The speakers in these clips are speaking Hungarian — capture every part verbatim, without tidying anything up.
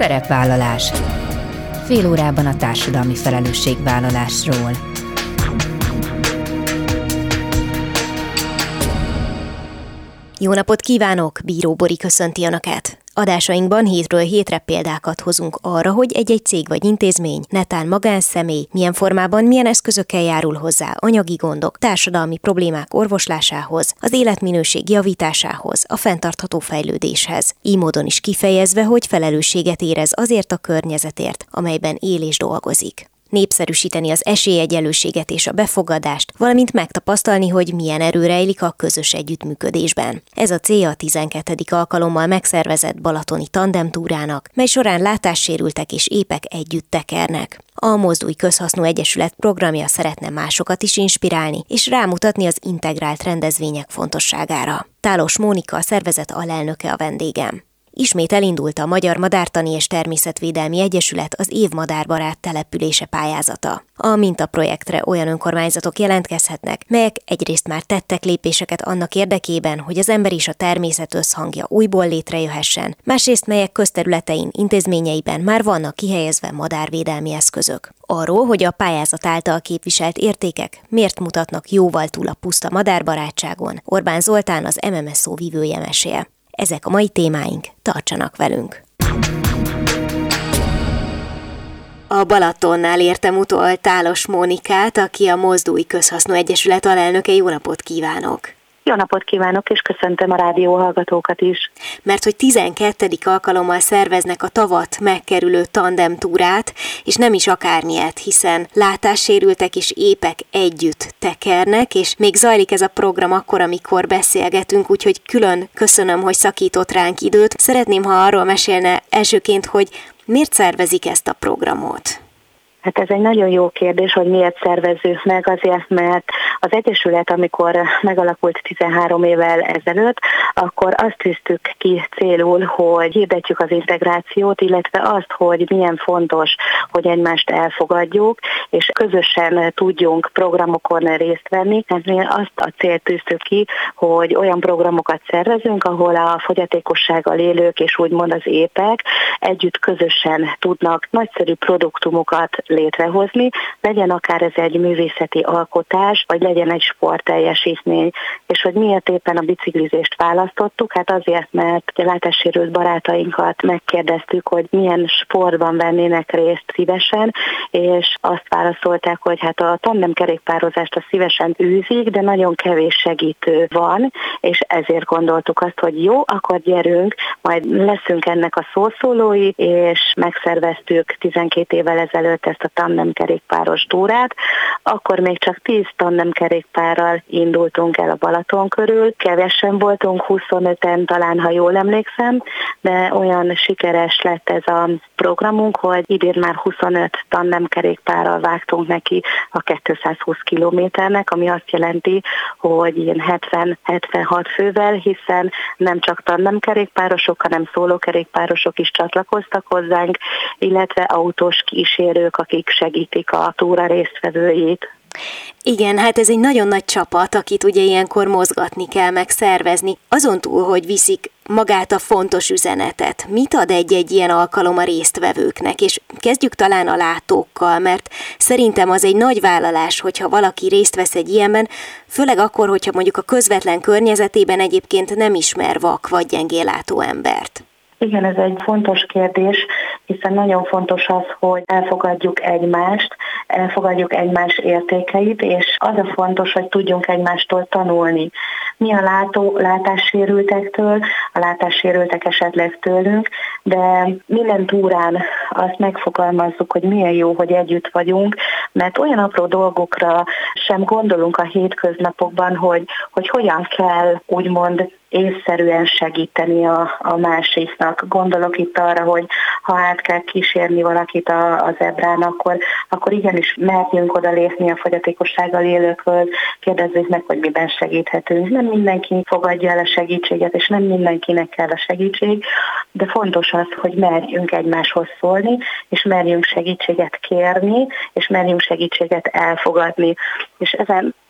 Szerepvállalás. Fél órában a társadalmi felelősségvállalásról. Jó napot kívánok! Bíró Bori köszönti Önöket! Adásainkban hétről hétre példákat hozunk arra, hogy egy-egy cég vagy intézmény, netán magánszemély milyen formában, milyen eszközökkel járul hozzá anyagi gondok, társadalmi problémák orvoslásához, az életminőség javításához, a fenntartható fejlődéshez. Így módon is kifejezve, hogy felelősséget érez azért a környezetért, amelyben él és dolgozik. Népszerűsíteni az esélyegyenlőséget és a befogadást, valamint megtapasztalni, hogy milyen erő rejlik a közös együttműködésben. Ez a célja a tizenkettedik alkalommal megszervezett balatoni tandemtúrának, mely során látássérültek és épek együtt tekernek. A Mozdulj Közhasznú Egyesület programja szeretne másokat is inspirálni, és rámutatni az integrált rendezvények fontosságára. Tálos Mónika, a szervezet alelnöke a vendégem. Ismét elindult a Magyar Madártani és Természetvédelmi Egyesület az Év madárbarát települése pályázata. A mintaprojektre olyan önkormányzatok jelentkezhetnek, melyek egyrészt már tettek lépéseket annak érdekében, hogy az ember és a természet összhangja újból létrejöhessen, másrészt melyek közterületein, intézményeiben már vannak kihelyezve madárvédelmi eszközök. Arról, hogy a pályázat által képviselt értékek miért mutatnak jóval túl a puszta madárbarátságon, Orbán Zoltán, az em em es o vívője mesél. Ezek a mai témáink, tartsanak velünk! A Balatonnál értem utol Tálos Mónikát, aki a Mozdulj Közhasznú Egyesület alelnöke. Jó napot kívánok! Jó napot kívánok, és köszöntöm a rádió hallgatókat is. Mert hogy tizenkettedik alkalommal szerveznek a tavat megkerülő tandemtúrát, és nem is akármilyet, hiszen látássérültek és épek együtt tekernek, és még zajlik ez a program akkor, amikor beszélgetünk, úgyhogy külön köszönöm, hogy szakított ránk időt. Szeretném, ha arról mesélne elsőként, hogy miért szervezik ezt a programot? Hát ez egy nagyon jó kérdés, hogy miért szervezzük meg, azért, mert az Egyesület, amikor megalakult tizenhárom évvel ezelőtt, akkor azt tűztük ki célul, hogy hirdetjük az integrációt, illetve azt, hogy milyen fontos, hogy egymást elfogadjuk, és közösen tudjunk programokon részt venni. Ezért azt a célt tűztük ki, hogy olyan programokat szervezünk, ahol a fogyatékossággal élők és úgymond az épek együtt közösen tudnak nagyszerű produktumokat létrehozni, legyen akár ez egy művészeti alkotás, vagy legyen egy sportteljesítmény. És hogy miért éppen a biciklizést választottuk? Hát azért, mert a látássérült barátainkat megkérdeztük, hogy milyen sportban vennének részt szívesen, és azt válaszolták, hogy hát a tandemkerékpározást a szívesen űzik, de nagyon kevés segítő van, és ezért gondoltuk azt, hogy jó, akkor gyerünk, majd leszünk ennek a szószólói, és megszerveztük tizenkét évvel ezelőtt ezt a tandemkerékpáros túrát, akkor még csak tíz tandemkerékpárral indultunk el a Balaton körül, kevesen voltunk, huszonöten talán, ha jól emlékszem, de olyan sikeres lett ez a programunk, hogy idén már huszonöt tandemkerékpárral vágtunk neki a kétszázhúsz kilométernek, ami azt jelenti, hogy ilyen hetven-hetvenhat fővel, hiszen nem csak tandemkerékpárosok, hanem szólókerékpárosok is csatlakoztak hozzánk, illetve autós kísérők, akik segítik a túra résztvevőit. Igen, hát ez egy nagyon nagy csapat, akit ugye ilyenkor mozgatni kell, meg szervezni. Azon túl, hogy viszik magát a fontos üzenetet. Mit ad egy-egy ilyen alkalom a résztvevőknek? És kezdjük talán a látókkal, mert szerintem az egy nagy vállalás, hogyha valaki részt vesz egy ilyenben, főleg akkor, hogyha mondjuk a közvetlen környezetében egyébként nem ismer vak vagy gyengéllátó embert. Igen, ez egy fontos kérdés, hiszen nagyon fontos az, hogy elfogadjuk egymást, elfogadjuk egymás értékeit, és az a fontos, hogy tudjunk egymástól tanulni. Mi a látó, látássérültektől, a látássérültek esetleg tőlünk, de minden túrán azt megfogalmazzuk, hogy milyen jó, hogy együtt vagyunk, mert olyan apró dolgokra sem gondolunk a hétköznapokban, hogy, hogy hogyan kell úgymond észszerűen segíteni a, a másiknak. Gondolok itt arra, hogy ha át kell kísérni valakit a, az ebrán, akkor, akkor igenis merjünk oda lépni a fogyatékossággal élőkhöz, kérdezzük meg, hogy miben segíthetünk. Nem mindenki fogadja el a segítséget, és nem mindenkinek kell a segítség, de fontos az, hogy merjünk egymáshoz szólni, és merjünk segítséget kérni, és merjünk segítséget elfogadni. És ezen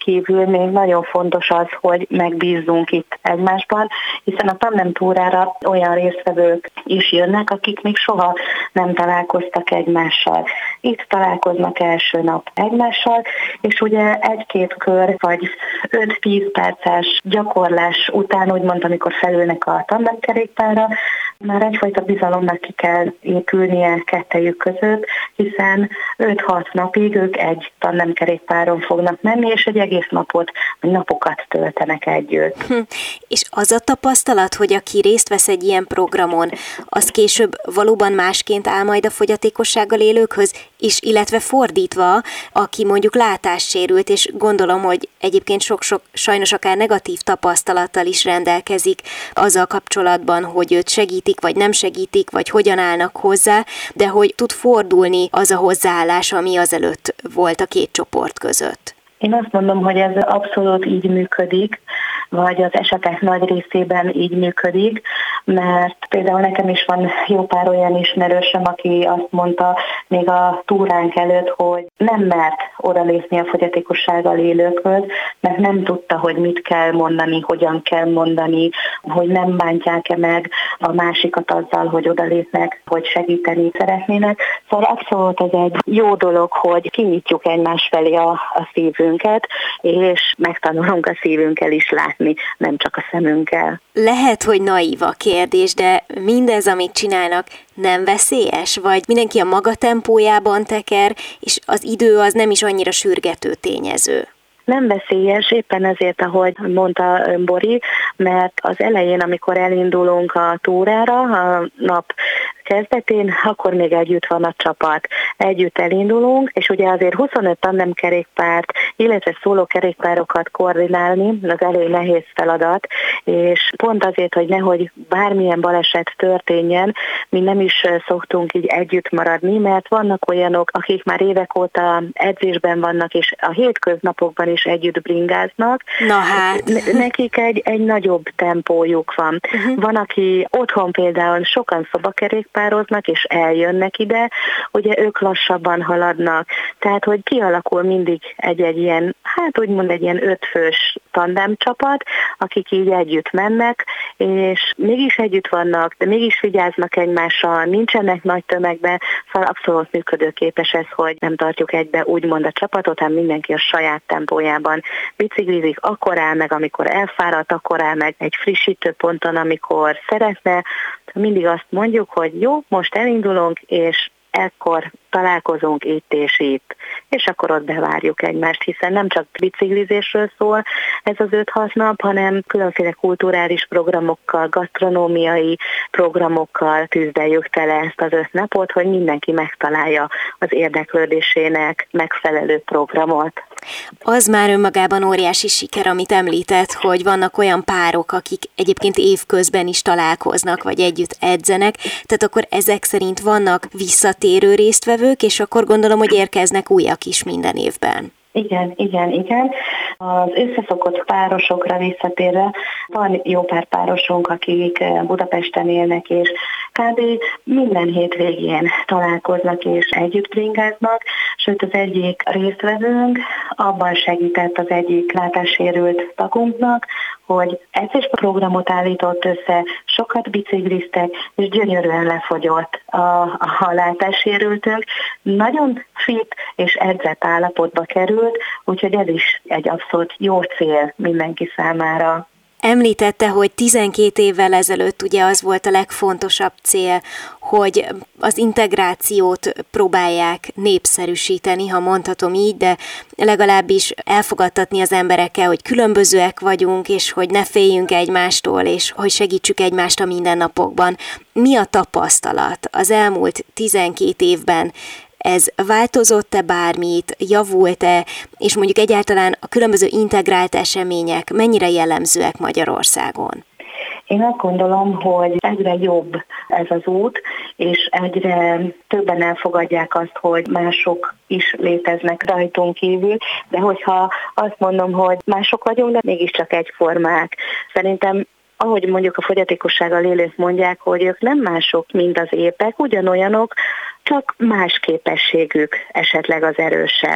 kívül még nagyon fontos az, hogy megbízzunk itt egymásban, hiszen a tandem túrára olyan résztvevők is jönnek, akik még soha nem találkoztak egymással. Itt találkoznak első nap egymással, és ugye egy-két kör vagy öt-tíz perces gyakorlás után, úgymond, amikor felülnek a tandemkerékpárra, már egyfajta bizalomnak ki kell épülnie kettejük között, hiszen öt-hat napig ők egy tandemkerékpáron fognak menni, és egy egész napot, vagy napokat töltenek együtt. Hm. És az a tapasztalat, hogy aki részt vesz egy ilyen programon, az később valóban másként áll majd a fogyatékossággal élőkhöz, és illetve fordítva, aki mondjuk látássérült, és gondolom, hogy egyébként sok-sok sajnos akár negatív tapasztalattal is rendelkezik azzal kapcsolatban, hogy őt segítik, vagy nem segítik, vagy hogyan állnak hozzá, de hogy tud fordulni az a hozzáállás, ami azelőtt volt a két csoport között. Én azt mondom, hogy ez abszolút így működik, vagy az esetek nagy részében így működik, mert például nekem is van jó pár olyan ismerősöm, aki azt mondta még a túránk előtt, hogy nem mert odalépni a fogyatékossággal élőkhöz, mert nem tudta, hogy mit kell mondani, hogyan kell mondani, hogy nem bántják-e meg a másikat azzal, hogy odalépnek, hogy segíteni szeretnének. Szóval abszolút ez egy jó dolog, hogy kinyitjuk egymás felé a, a szívünket, és megtanulunk a szívünkkel is látni, nem csak a szemünkkel. Lehet, hogy naív a kérdés, de mindez, amit csinálnak, nem veszélyes? Vagy mindenki a maga tempójában teker, és az idő az nem is annyira sürgető tényező? Nem veszélyes, éppen ezért, ahogy mondta Bori, mert az elején, amikor elindulunk a túrára, a nap kezdetén, akkor még együtt van a csapat. Együtt elindulunk, és ugye azért huszonöt tandemkerékpárt, illetve szólókerékpárokat koordinálni, az elég nehéz feladat, és pont azért, hogy nehogy bármilyen baleset történjen, mi nem is szoktunk így együtt maradni, mert vannak olyanok, akik már évek óta edzésben vannak, és a hétköznapokban is együtt bringáznak. Na hát. Nekik egy, egy nagyobb tempójuk van. Uh-huh. Van, aki otthon például sokan szobakerékpároznak, és eljönnek ide, ugye ők lassabban haladnak. Tehát, hogy kialakul mindig egy-egy ilyen, hát úgymond egy ilyen ötfős tandemcsapat, akik így együtt mennek, és mégis együtt vannak, de mégis vigyáznak egymással, nincsenek nagy tömegben, szóval abszolút működőképes ez, hogy nem tartjuk egybe úgymond a csapatot, hanem mindenki a saját tempójában biciklizik, akkor áll meg, amikor elfáradt, akkor áll meg egy frissítő ponton, amikor szeretne. Mindig azt mondjuk, hogy jó, most elindulunk, és ekkor találkozunk itt és itt, és akkor ott bevárjuk egymást, hiszen nem csak biciklizésről szól ez az öt-hat nap, hanem különféle kulturális programokkal, gasztronómiai programokkal tűzdeljük tele ezt az öt napot, hogy mindenki megtalálja az érdeklődésének megfelelő programot. Az már önmagában óriási siker, amit említett, hogy vannak olyan párok, akik egyébként évközben is találkoznak, vagy együtt edzenek, tehát akkor ezek szerint vannak visszatérő résztvevők, és akkor gondolom, hogy érkeznek újak is minden évben. Igen, igen, igen. Az összeszokott párosokra visszatérve van jó pár párosunk, akik Budapesten élnek, és kb. Minden hétvégén találkoznak és együtt bringáznak, sőt az egyik résztvevőnk abban segített az egyik látássérült tagunknak, hogy edzés programot állított össze, sokat bicikliztek, és gyönyörűen lefogyott a, a látássérültünk. Nagyon fit és edzett állapotba került, úgyhogy ez is egy abszolút jó cél mindenki számára. Említette, hogy tizenkét évvel ezelőtt ugye az volt a legfontosabb cél, hogy az integrációt próbálják népszerűsíteni, ha mondhatom így, de legalábbis elfogadtatni az emberekkel, hogy különbözőek vagyunk, és hogy ne féljünk egymástól, és hogy segítsük egymást a mindennapokban. Mi a tapasztalat az elmúlt tizenkét évben? Ez változott-e bármit, javult-e, és mondjuk egyáltalán a különböző integrált események mennyire jellemzőek Magyarországon? Én azt gondolom, hogy egyre jobb ez az út, és egyre többen elfogadják azt, hogy mások is léteznek rajtunk kívül, de hogyha azt mondom, hogy mások vagyunk, de mégiscsak egyformák. Szerintem ahogy mondjuk a fogyatékossággal élők mondják, hogy ők nem mások, mint az épek, ugyanolyanok, csak más képességük esetleg az erősebb.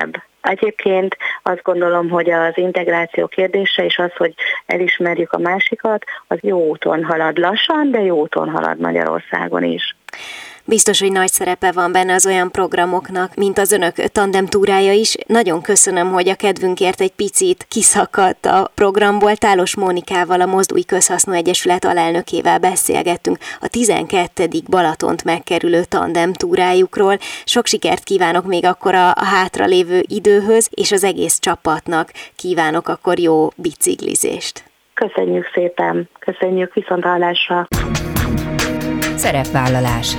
Egyébként azt gondolom, hogy az integráció kérdése és az, hogy elismerjük a másikat, az jó úton halad, lassan, de jó úton halad Magyarországon is. Biztos, hogy nagy szerepe van benne az olyan programoknak, mint az önök tandemtúrája is. Nagyon köszönöm, hogy a kedvünkért egy picit kiszakadt a programból. Tálos Mónikával, a Mozdulj Közhasznú Egyesület alelnökével beszélgettünk a tizenkettedik Balatont megkerülő tandemtúrájukról. Sok sikert kívánok még akkor a, a hátralévő időhöz, és az egész csapatnak kívánok akkor jó biciklizést. Köszönjük szépen, köszönjük, viszonthallásra. Szerepvállalás.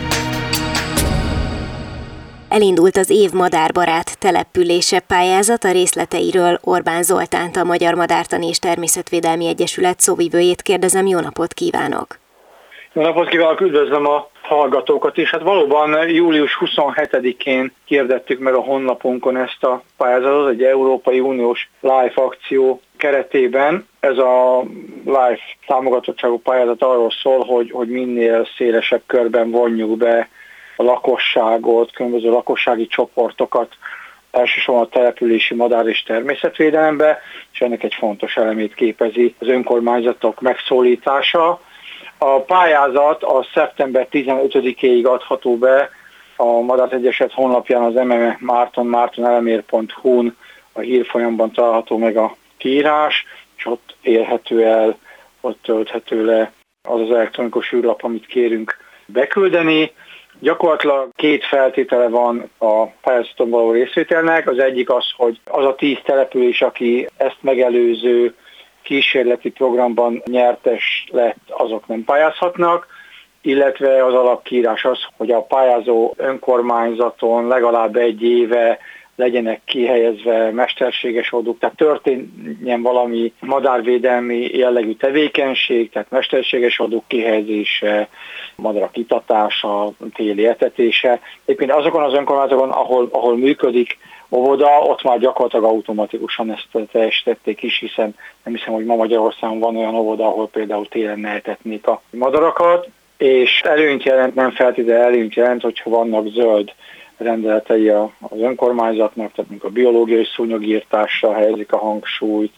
Elindult az év madárbarát települése pályázat, a részleteiről Orbán Zoltánt, a Magyar Madártani és Természetvédelmi Egyesület szóvivőjét kérdezem. Jó napot kívánok! Jó napot kívánok, üdvözlöm a hallgatókat is. Hát valóban július huszonhetedikén hirdettük meg a honlapunkon ezt a pályázatot, egy Európai Uniós LIFE akció keretében. Ez a LIFE támogatottságú pályázat arról szól, hogy, hogy minél szélesebb körben vonjuk be a lakosságot, különböző lakossági csoportokat, elsősorban a települési madár- és természetvédelembe, és ennek egy fontos elemét képezi az önkormányzatok megszólítása. A pályázat a szeptember tizenötödikéig adható be a Madár Egyesület honlapján, az em em e márton márton elemér pont hu-n a hírfolyamban található meg a kiírás, és ott érhető el, ott tölthető le az az elektronikus űrlap, amit kérünk beküldeni. Gyakorlatilag két feltétele van a pályázaton való részvételnek. Az egyik az, hogy az a tíz település, aki ezt megelőző kísérleti programban nyertes lett, azok nem pályázhatnak, illetve az alapkiírás az, hogy a pályázó önkormányzaton legalább egy éve legyenek kihelyezve mesterséges odúk, tehát történjen valami madárvédelmi jellegű tevékenység, tehát mesterséges odúk kihelyezése, madarak itatása, téli etetése. Egyébként azokon az önkormányzatokon, ahol, ahol működik óvoda, ott már gyakorlatilag automatikusan ezt teljesítették is, hiszen nem hiszem, hogy ma Magyarországon van olyan óvoda, ahol például télen ne etetnék a madarakat, és előnyt jelent, nem feltétlenül előnyt jelent, hogyha vannak zöld rendeletei az önkormányzatnak, tehát mint a biológiai szúnyogírtásra helyezik a hangsúlyt,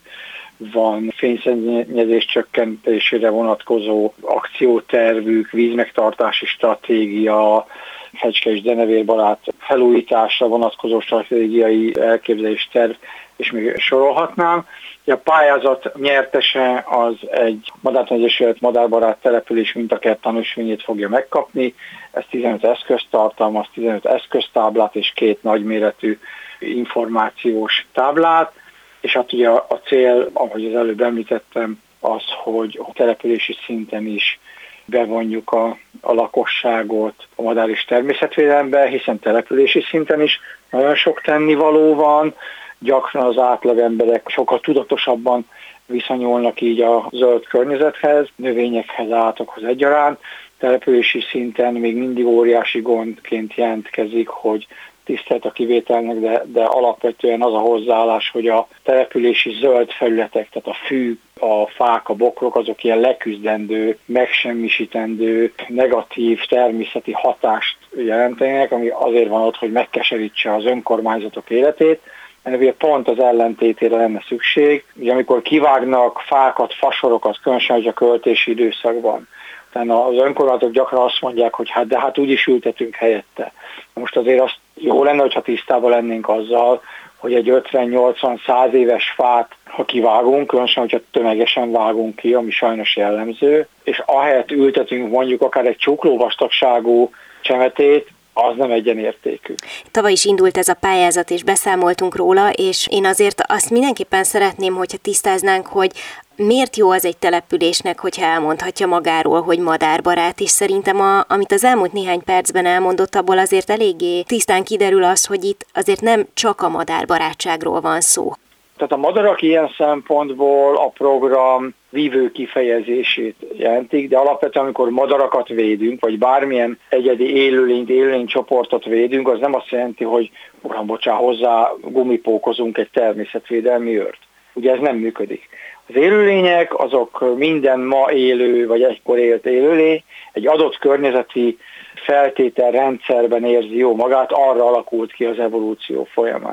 van fényszennyezés csökkentésére vonatkozó akciótervük, vízmegtartási stratégia, fecske- és denevérbarát felújításra vonatkozó stratégiai elképzelés terv, és még sorolhatnám. A pályázat nyertese az egy Madártani Egyesület madárbarát település mintakert tanúsvényét fogja megkapni. Ez tizenöt eszközt tartalmaz, tizenöt eszköztáblát és két nagyméretű információs táblát, és hát ugye a cél, ahogy az előbb említettem, az, hogy a települési szinten is bevonjuk a, a lakosságot a madár- és természetvédelembe, hiszen települési szinten is nagyon sok tennivaló van, gyakran az átlag emberek sokkal tudatosabban viszonyulnak így a zöld környezethez, növényekhez, állatokhoz egyaránt. Települési szinten még mindig óriási gondként jelentkezik, hogy tisztelt a kivételnek, de, de alapvetően az a hozzáállás, hogy a települési zöld felületek, tehát a fű, a fák, a bokrok, azok ilyen leküzdendő, megsemmisítendő, negatív természeti hatást jelentenek, ami azért van ott, hogy megkeserítse az önkormányzatok életét. Ennek pont az ellentétére lenne szükség. Ugye amikor kivágnak fákat, fasorokat, különösen, hogy a költési időszakban, tehát az önkormányzatok gyakran azt mondják, hogy hát de hát úgyis ültetünk helyette. Most azért azt jó lenne, hogyha tisztában lennénk azzal, hogy egy ötven-nyolcvan-száz éves fát, ha kivágunk, különösen, hogyha tömegesen vágunk ki, ami sajnos jellemző, és ahelyett ültetünk mondjuk akár egy csuklóvastagságú csemetét, az nem egyenértékű. Tavaly is indult ez a pályázat, és beszámoltunk róla, és én azért azt mindenképpen szeretném, hogyha tisztáznánk, hogy miért jó az egy településnek, hogyha elmondhatja magáról, hogy madárbarát, és szerintem a, amit az elmúlt néhány percben elmondott, abból azért eléggé tisztán kiderül az, hogy itt azért nem csak a madárbarátságról van szó. Tehát a madarak ilyen szempontból a program vívő kifejezését jelentik, de alapvetően amikor madarakat védünk, vagy bármilyen egyedi élőlényt, élőlénycsoportot védünk, az nem azt jelenti, hogy uram, bocsán, hozzá gumipókozunk egy természetvédelmi őrt. Ugye ez nem működik. Az élőlények azok minden ma élő, vagy egykor élt élőlény, egy adott környezeti feltételrendszerben érzi jó magát, arra alakult ki az evolúció folyamán.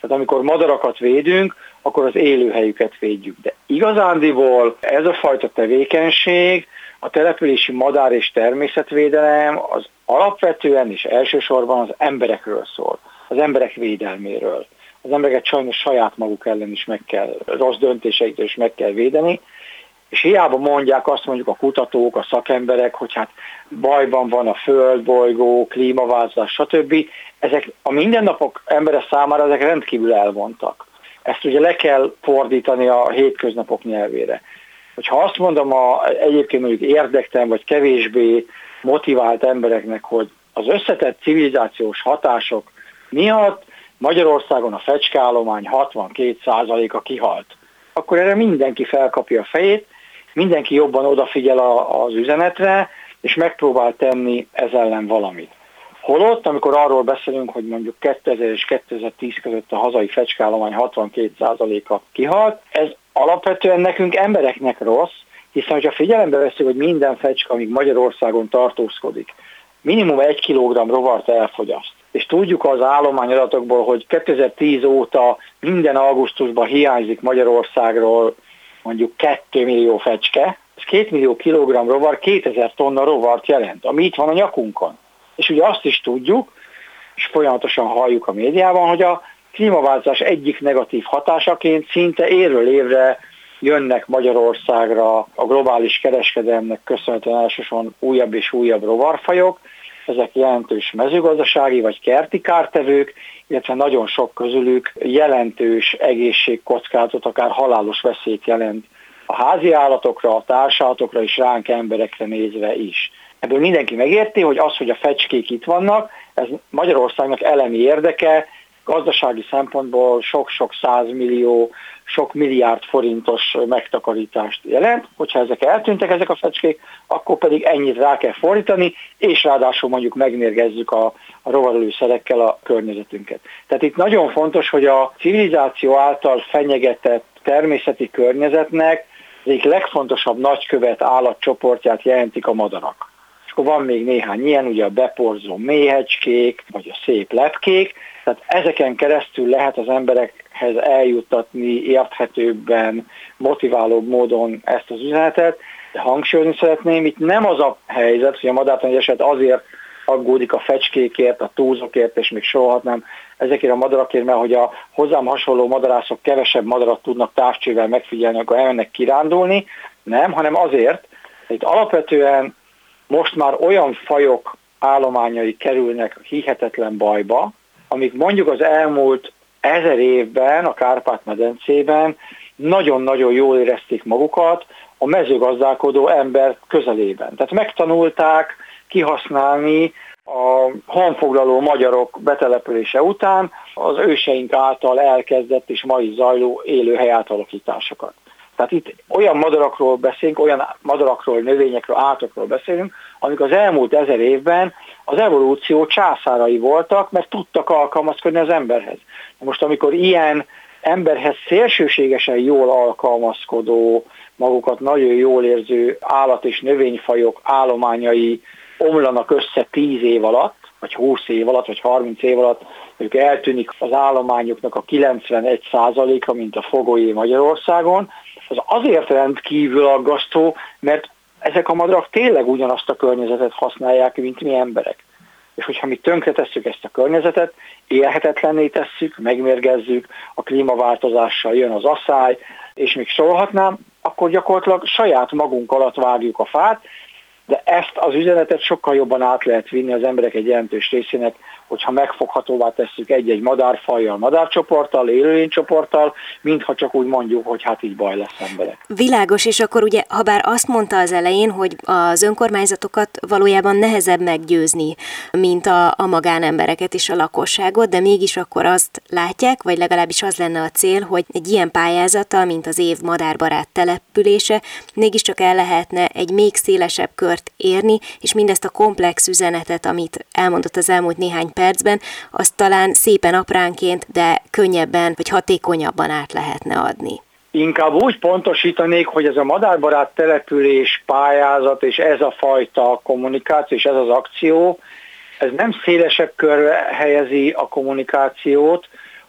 Tehát amikor madarakat védünk, akkor az élőhelyüket védjük. De igazándiból ez a fajta tevékenység, a települési madár és természetvédelem az alapvetően és elsősorban az emberekről szól, az emberek védelméről. Az embereket sajnos saját maguk ellen is meg kell, rossz döntéseiktől is meg kell védeni, és hiába mondják azt mondjuk a kutatók, a szakemberek, hogy hát bajban van a földbolygó, klímaváltozás, stb. Ezek a mindennapok embere számára ezek rendkívül elvontak. Ezt ugye le kell fordítani a hétköznapok nyelvére. Hogyha azt mondom a egyébként mondjuk érdektelen vagy kevésbé motivált embereknek, hogy az összetett civilizációs hatások miatt Magyarországon a fecskeállomány hatvankét százaléka kihalt, akkor erre mindenki felkapja a fejét, mindenki jobban odafigyel a, az üzenetre, és megpróbál tenni ez ellen valamit. Holott, amikor arról beszélünk, hogy mondjuk kétezer és kétezer-tíz között a hazai fecskeállomány hatvankét százaléka kihalt, ez alapvetően nekünk embereknek rossz, hiszen hogyha figyelembe veszünk, hogy minden fecske, amíg Magyarországon tartózkodik, minimum egy kilogramm rovart elfogyaszt. És tudjuk az állományadatokból, hogy kétezer-tíz óta minden augusztusban hiányzik Magyarországról mondjuk két millió fecske, ez két millió kilogramm rovar kétezer tonna rovart jelent, ami itt van a nyakunkon. És ugye azt is tudjuk, és folyamatosan halljuk a médiában, hogy a klímaváltozás egyik negatív hatásaként szinte évről évre jönnek Magyarországra a globális kereskedelemnek köszönhetően elsősorban újabb és újabb rovarfajok, ezek jelentős mezőgazdasági vagy kerti kártevők, illetve nagyon sok közülük jelentős egészségkockázatot, akár halálos veszélyt jelent a házi állatokra, a társállatokra és ránk emberekre nézve is. Ebből mindenki megérti, hogy az, hogy a fecskék itt vannak, ez Magyarországnak elemi érdeke, gazdasági szempontból sok-sok százmillió, sok milliárd forintos megtakarítást jelent. Hogyha ezek eltűntek, ezek a fecskék, akkor pedig ennyit rá kell fordítani, és ráadásul mondjuk megmérgezzük a, a rovarölőszerekkel a környezetünket. Tehát itt nagyon fontos, hogy a civilizáció által fenyegetett természeti környezetnek az egyik legfontosabb nagykövet állatcsoportját jelentik a madarak. És akkor van még néhány ilyen, ugye a beporzó méhecskék, vagy a szép lepkék, tehát ezeken keresztül lehet az emberekhez eljuttatni érthetőbben, motiválóbb módon ezt az üzenetet, de hangsúlyozni szeretném, itt nem az a helyzet, hogy a madártani eset azért aggódik a fecskékért, a túzokért, és még sorolhatnám ezekért a madarakért, mert hogy a hozzám hasonló madarászok kevesebb madarat tudnak távcsővel megfigyelni, akkor elmennek kirándulni, nem, hanem azért, hogy itt alapvetően most már olyan fajok állományai kerülnek hihetetlen bajba, amik mondjuk az elmúlt ezer évben a Kárpát-medencében nagyon-nagyon jól érezték magukat a mezőgazdálkodó ember közelében. Tehát megtanulták kihasználni a honfoglaló magyarok betelepülése után az őseink által elkezdett és ma is zajló élőhely átalakításokat. Tehát itt olyan madarakról beszélünk, olyan madarakról, növényekről, állatokról beszélünk, amik az elmúlt ezer évben az evolúció császárai voltak, mert tudtak alkalmazkodni az emberhez. Most amikor ilyen emberhez szélsőségesen jól alkalmazkodó, magukat nagyon jól érző állat- és növényfajok állományai omlanak össze tíz év alatt, vagy húsz év alatt, vagy harminc év alatt, mondjuk eltűnik az állományoknak a kilencvenegy százaléka, mint a fogolyé Magyarországon, az azért rendkívül aggasztó, mert ezek a madarak tényleg ugyanazt a környezetet használják, mint mi emberek. És hogyha mi tönkretesszük ezt a környezetet, élhetetlenné tesszük, megmérgezzük, a klímaváltozással jön az asszály, és még sorolhatnám, akkor gyakorlatilag saját magunk alatt vágjuk a fát, de ezt az üzenetet sokkal jobban át lehet vinni az emberek egy jelentős részének, hogyha megfoghatóvá tesszük egy-egy madárfajjal, madárcsoporttal, élőlénycsoporttal, mintha csak úgy mondjuk, hogy hát így baj lesz emberek. Világos, és akkor ugye, ha bár azt mondta az elején, hogy az önkormányzatokat valójában nehezebb meggyőzni, mint a, a magánembereket és a lakosságot, de mégis akkor azt látják, vagy legalábbis az lenne a cél, hogy egy ilyen pályázattal, mint az év madárbarát települése, mégiscsak el lehetne egy még szélesebb kört érni, és mindezt a komplex üzenetet, amit elmondott az elmúlt néhány percben, azt talán szépen apránként, de könnyebben vagy hatékonyabban át lehetne adni. Inkább úgy pontosítanék, hogy ez a madárbarát település pályázat és ez a fajta kommunikáció és ez az akció, ez nem szélesebb körre helyezi a kommunikációt,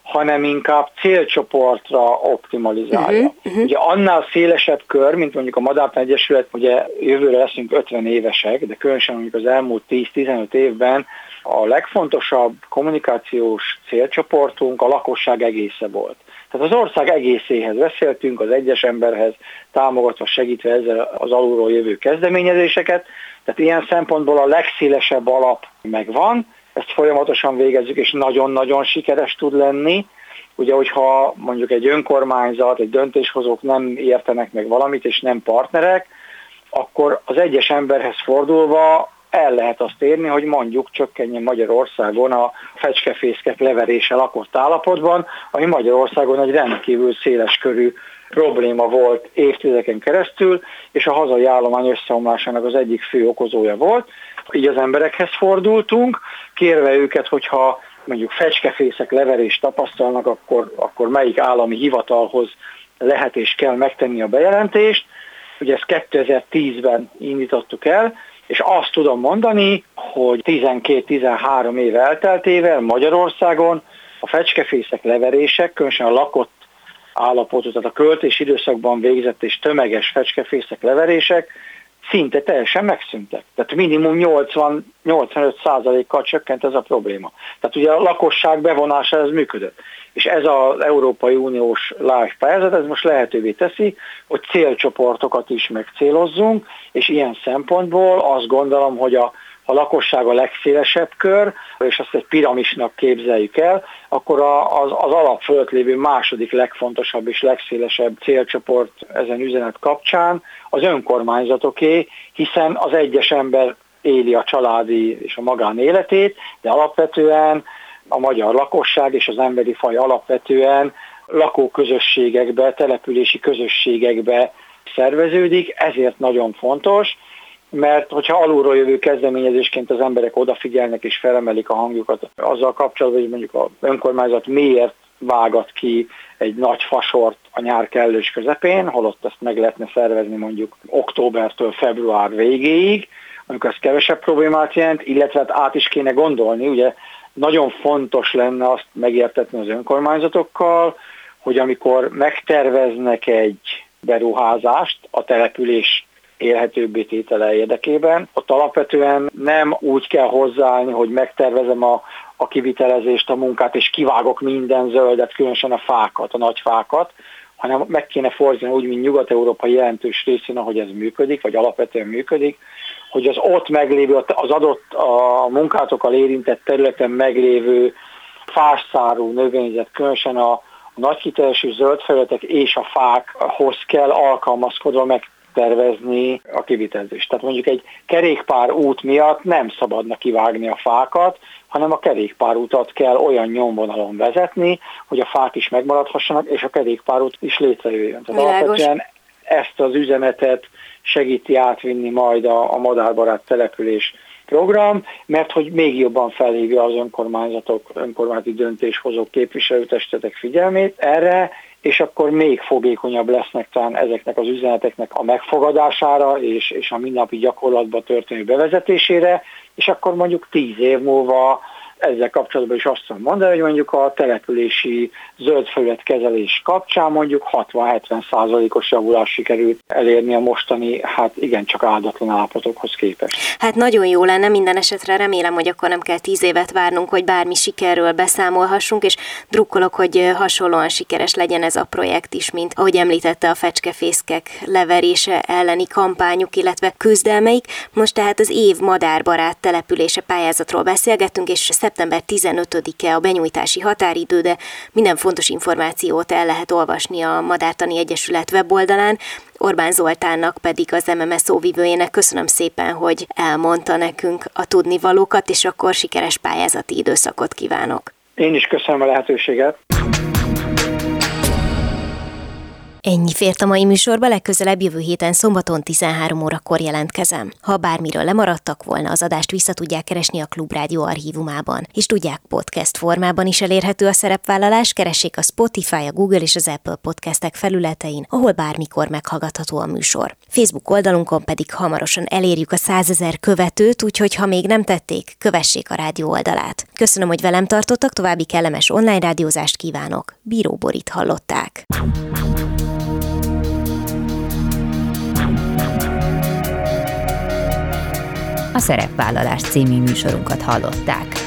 hanem inkább célcsoportra optimalizálja. Uh-huh, uh-huh. Ugye annál szélesebb kör, mint mondjuk a Madártani Egyesület, ugye jövőre leszünk ötven évesek, de különösen mondjuk az elmúlt tíz-tizenöt évben a legfontosabb kommunikációs célcsoportunk a lakosság egésze volt. Tehát az ország egészéhez beszéltünk, az egyes emberhez támogatva, segítve ezzel az alulról jövő kezdeményezéseket. Tehát ilyen szempontból a legszélesebb alap megvan, ezt folyamatosan végezzük, és nagyon-nagyon sikeres tud lenni. Ugye, hogyha mondjuk egy önkormányzat, egy döntéshozók nem értenek meg valamit, és nem partnerek, akkor az egyes emberhez fordulva el lehet azt érni, hogy mondjuk csökkenjen Magyarországon a fecskefészkek leverése lakott állapotban, ami Magyarországon egy rendkívül széleskörű probléma volt évtizedeken keresztül, és a hazai állomány összeomlásának az egyik fő okozója volt. Így az emberekhez fordultunk, kérve őket, hogyha mondjuk fecskefészek leverést tapasztalnak, akkor, akkor melyik állami hivatalhoz lehet és kell megtenni a bejelentést. Ugye ezt kétezer-tízben indítottuk el, és azt tudom mondani, hogy tizenkét-tizenhárom év elteltével Magyarországon a fecskefészek leverések, különösen a lakott állapotú, tehát a költési időszakban végzett és tömeges fecskefészek leverések szinte teljesen megszűntek. Tehát minimum nyolcvan-nyolcvanöt százalékkal csökkent ez a probléma. Tehát ugye a lakosság bevonása ez működött. És ez az Európai Uniós live pályázat, ez most lehetővé teszi, hogy célcsoportokat is megcélozzunk, és ilyen szempontból azt gondolom, hogy a a lakosság a legszélesebb kör, és azt egy piramisnak képzeljük el, akkor az, az alap fölött lévő második legfontosabb és legszélesebb célcsoport ezen üzenet kapcsán az önkormányzatoké, hiszen az egyes ember éli a családi és a magánéletét, de alapvetően a magyar lakosság és az emberi faj alapvetően lakóközösségekbe, települési közösségekbe szerveződik, ezért nagyon fontos, mert hogyha alulról jövő kezdeményezésként az emberek odafigyelnek és felemelik a hangjukat azzal kapcsolatban, hogy mondjuk az önkormányzat miért vágat ki egy nagy fasort a nyár kellős közepén, holott ezt meg lehetne szervezni mondjuk októbertől február végéig, amikor ez kevesebb problémát jelent, illetve hát át is kéne gondolni, ugye nagyon fontos lenne azt megértetni az önkormányzatokkal, hogy amikor megterveznek egy beruházást a település élhetőbbé tétele érdekében, ott alapvetően nem úgy kell hozzáállni, hogy megtervezem a, a kivitelezést, a munkát, és kivágok minden zöldet, különösen a fákat, a nagy fákat, hanem meg kéne fordítani úgy, mint Nyugat-Európa jelentős részén, ahogy ez működik, vagy alapvetően működik, hogy az ott meglévő, az adott a munkátokkal érintett területen meglévő fásszárú növényzet, különösen a, a nagy kiterjedésű zöld felületek és a fákhoz kell alkalmazkodva meg tervezni a kivitelezést. Tehát mondjuk egy kerékpár út miatt nem szabadna kivágni a fákat, hanem a kerékpárútat kell olyan nyomvonalon vezetni, hogy a fák is megmaradhassanak, és a kerékpárút is létrejöjjön. Tehát alapvetően ezt az üzenetet segíti átvinni majd a, a madárbarát település program, mert hogy még jobban felhívja az önkormányzatok, önkormányzati döntéshozók, képviselőtestetek figyelmét erre, és akkor még fogékonyabb lesznek talán ezeknek az üzeneteknek a megfogadására és, és a mindennapi gyakorlatba történő bevezetésére, és akkor mondjuk tíz év múlva ezzel kapcsolatban is azt tudom mondani, hogy mondjuk a települési zöldfelületkezelés kapcsán mondjuk hatvan-hetven százalékos javulás sikerült elérni a mostani, hát igencsak áldatlan állapotokhoz képest. Hát nagyon jó lenne, minden esetre remélem, hogy akkor nem kell tíz évet várnunk, hogy bármi sikerről beszámolhassunk, és drukkolok, hogy hasonlóan sikeres legyen ez a projekt is, mint ahogy említette a fecskefészkek leverése elleni kampányuk, illetve küzdelmeik. Most tehát az év madárbarát települése pályázatról beszélgettünk, és szeptember tizenötödike a benyújtási határidő, de minden fontos információt el lehet olvasni a Madártani Egyesület weboldalán. Orbán Zoltánnak pedig az em em es szóvivőjének köszönöm szépen, hogy elmondta nekünk a tudnivalókat, és akkor sikeres pályázati időszakot kívánok. Én is köszönöm a lehetőséget. Ennyi fért a mai műsorba, legközelebb jövő héten szombaton tizenhárom órakor jelentkezem. Ha bármiről lemaradtak volna, az adást vissza tudják keresni a Klubrádió archívumában. És tudják, podcast formában is elérhető a szerepvállalás, keressék a Spotify, a Google és az Apple podcastek felületein, ahol bármikor meghallgatható a műsor. Facebook oldalunkon pedig hamarosan elérjük a százezer követőt, úgyhogy ha még nem tették, kövessék a rádió oldalát. Köszönöm, hogy velem tartottak, további kellemes online rádiózást kívánok. Bíró Borit hallották. A Szerepvállalás című műsorunkat hallották.